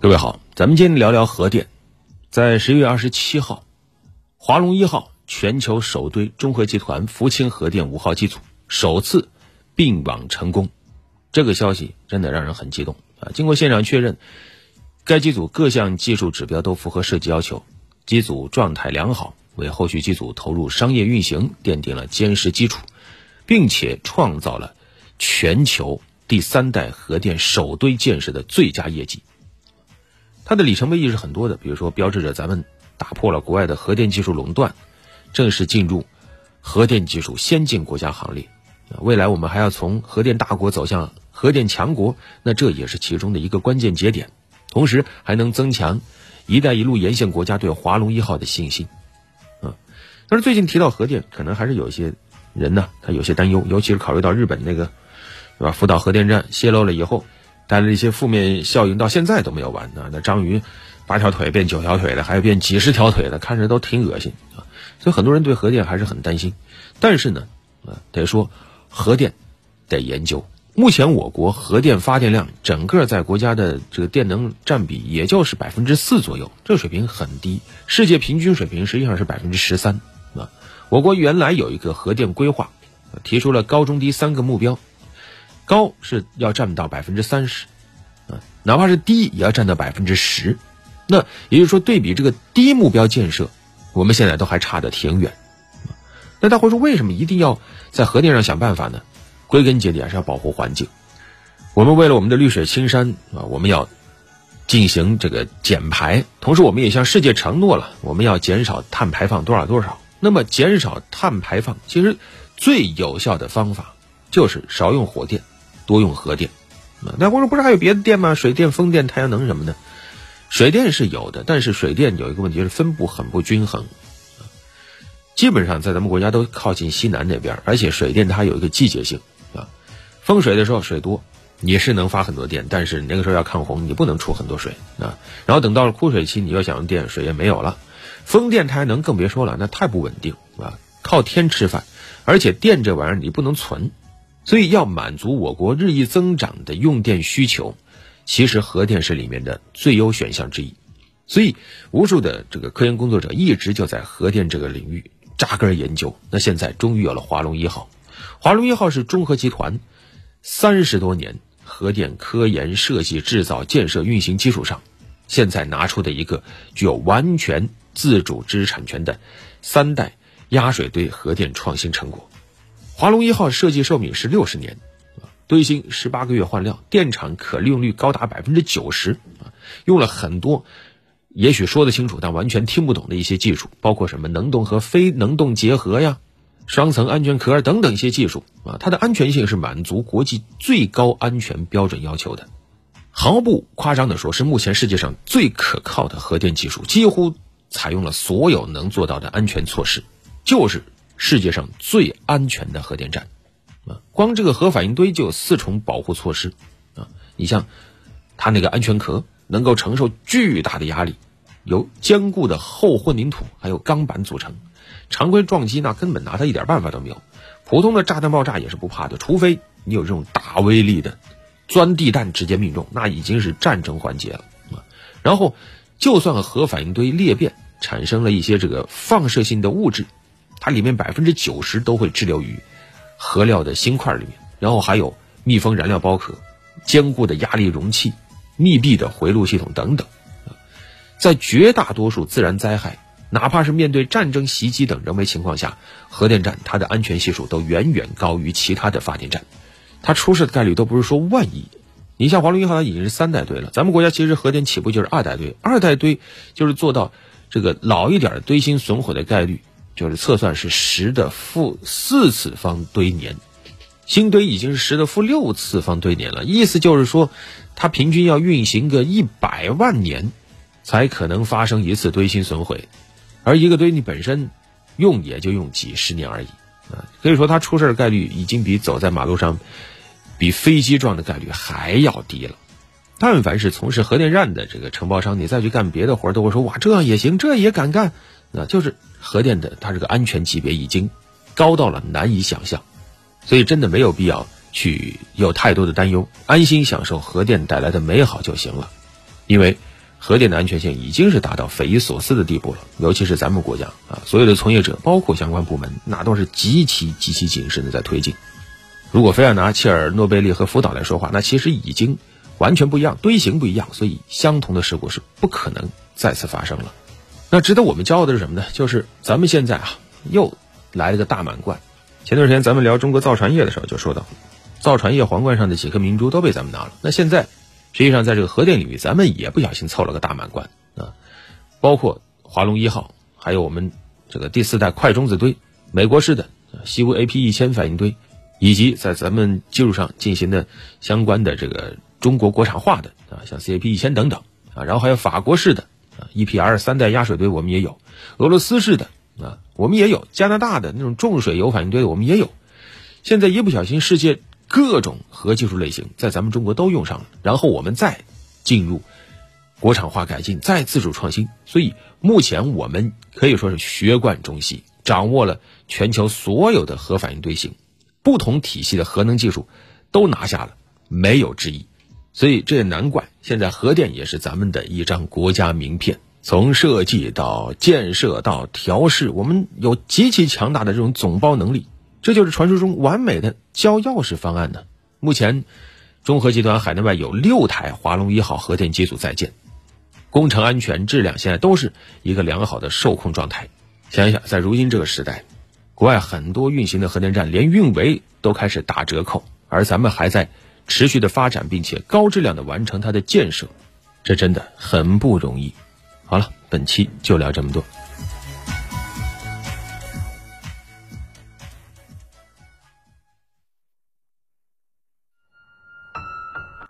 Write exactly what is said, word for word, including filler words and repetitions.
各位好，咱们今天聊聊核电。在十一月二十七号，华龙一号全球首堆中核集团福清核电五号机组首次并网成功，这个消息真的让人很激动啊！经过现场确认，该机组各项技术指标都符合设计要求，机组状态良好，为后续机组投入商业运行奠定了坚实基础，并且创造了全球第三代核电首堆建设的最佳业绩。它的里程碑意义是很多的，比如说标志着咱们打破了国外的核电技术垄断，正式进入核电技术先进国家行列。未来我们还要从核电大国走向核电强国，那这也是其中的一个关键节点，同时还能增强一带一路沿线国家对华龙一号的信心。嗯，但是最近提到核电，可能还是有一些人呢，他有些担忧，尤其是考虑到日本那个对吧福岛核电站泄漏了以后带来的一些负面效应，到现在都没有完呢。那章鱼八条腿变九条腿的，还有变几十条腿的，看着都挺恶心啊。所以很多人对核电还是很担心。但是呢，啊，得说核电得研究。目前我国核电发电量整个在国家的这个电能占比也就是百分之四左右，这个水平很低。世界平均水平实际上是百分之十三啊。我国原来有一个核电规划，提出了高中低三个目标。高是要占到百分之三十，啊，哪怕是低也要占到百分之十。那也就是说，对比这个低目标建设，我们现在都还差得挺远。那大伙说，为什么一定要在核电上想办法呢？归根结底还是要保护环境。我们为了我们的绿水青山啊，我们要进行这个减排，同时我们也向世界承诺了，我们要减少碳排放多少多少。那么减少碳排放，其实最有效的方法就是少用火电，多用核电。那或者不是还有别的电吗？水电、风电、太阳能什么的。水电是有的，但是水电有一个问题是分布很不均衡。基本上在咱们国家都靠近西南那边，而且水电它有一个季节性啊。丰水的时候水多，你是能发很多电，但是你那个时候要抗洪，你不能出很多水啊。然后等到了枯水期，你要想用电，水也没有了。风电、太阳能更别说了，那太不稳定啊，靠天吃饭，而且电这玩意儿你不能存。所以要满足我国日益增长的用电需求，其实核电是里面的最优选项之一。所以无数的这个科研工作者一直就在核电这个领域扎根研究。那现在终于有了华龙一号。华龙一号是中核集团三十多年核电科研设计制造建设运行基础上，现在拿出的一个具有完全自主知识产权的三代压水堆核电创新成果。华龙一号设计寿命是六十年，堆芯十八个月换料，电场可利用率高达百分之九十，用了很多也许说得清楚但完全听不懂的一些技术，包括什么能动和非能动结合呀、双层安全壳等等一些技术啊，它的安全性是满足国际最高安全标准要求的。毫不夸张地说，是目前世界上最可靠的核电技术，几乎采用了所有能做到的安全措施，就是世界上最安全的核电站啊！光这个核反应堆就有四重保护措施啊！你像它那个安全壳能够承受巨大的压力，由坚固的厚混凝土还有钢板组成，常规撞击那根本拿它一点办法都没有，普通的炸弹爆炸也是不怕的，除非你有这种大威力的钻地弹直接命中，那已经是战争环节了啊！然后就算核反应堆裂变，产生了一些这个放射性的物质，它里面百分之九十都会滞留于核料的芯块里面，然后还有密封燃料包壳、坚固的压力容器、密闭的回路系统等等。在绝大多数自然灾害，哪怕是面对战争袭击等人为情况下，核电站它的安全系数都远远高于其他的发电站，它出事的概率都不是说万亿。你像华龙一号它已经是三代堆了，咱们国家其实核电起步就是二代堆，二代堆就是做到这个老一点的堆芯损毁的概率就是测算是十的负四次方堆年，新堆已经是十的负六次方堆年了，意思就是说它平均要运行个一百万年才可能发生一次堆芯损毁，而一个堆你本身用也就用几十年而已啊，可以说它出事的概率已经比走在马路上比飞机撞的概率还要低了。但凡是从事核电站的这个承包商，你再去干别的活都会说哇这样也行，这也敢干，那就是核电的它这个安全级别已经高到了难以想象。所以真的没有必要去有太多的担忧，安心享受核电带来的美好就行了。因为核电的安全性已经是达到匪夷所思的地步了。尤其是咱们国家啊，所有的从业者包括相关部门，那都是极其极其谨慎的在推进。如果非要拿切尔诺贝利和福岛来说话，那其实已经完全不一样，堆形不一样，所以相同的事故是不可能再次发生了。那值得我们骄傲的是什么呢？就是咱们现在啊又来了个大满贯。前段时间咱们聊中国造船业的时候就说到，造船业皇冠上的几颗明珠都被咱们拿了。那现在实际上在这个核电领域，咱们也不小心凑了个大满贯啊，包括华龙一号，还有我们这个第四代快中子堆，美国式的西屋 A P 一千反应堆，以及在咱们技术上进行的相关的这个中国国产化的啊，像 C A P 一千等等啊，然后还有法国式的啊 E P R 三代压水堆我们也有，俄罗斯式的啊我们也有，加拿大的那种重水铀反应堆我们也有。现在一不小心世界各种核技术类型在咱们中国都用上了，然后我们再进入国产化改进，再自主创新。所以目前我们可以说是学贯中西，掌握了全球所有的核反应堆型，不同体系的核能技术都拿下了，没有之一。所以这也难怪现在核电也是咱们的一张国家名片，从设计到建设到调试，我们有极其强大的这种总包能力，这就是传说中完美的交钥匙方案呢。目前中核集团海内外有六台华龙一号核电机组在建，工程安全质量现在都是一个良好的受控状态。想一想，在如今这个时代，国外很多运行的核电站连运维都开始打折扣，而咱们还在持续的发展并且高质量的完成它的建设，这真的很不容易。好了，本期就聊这么多。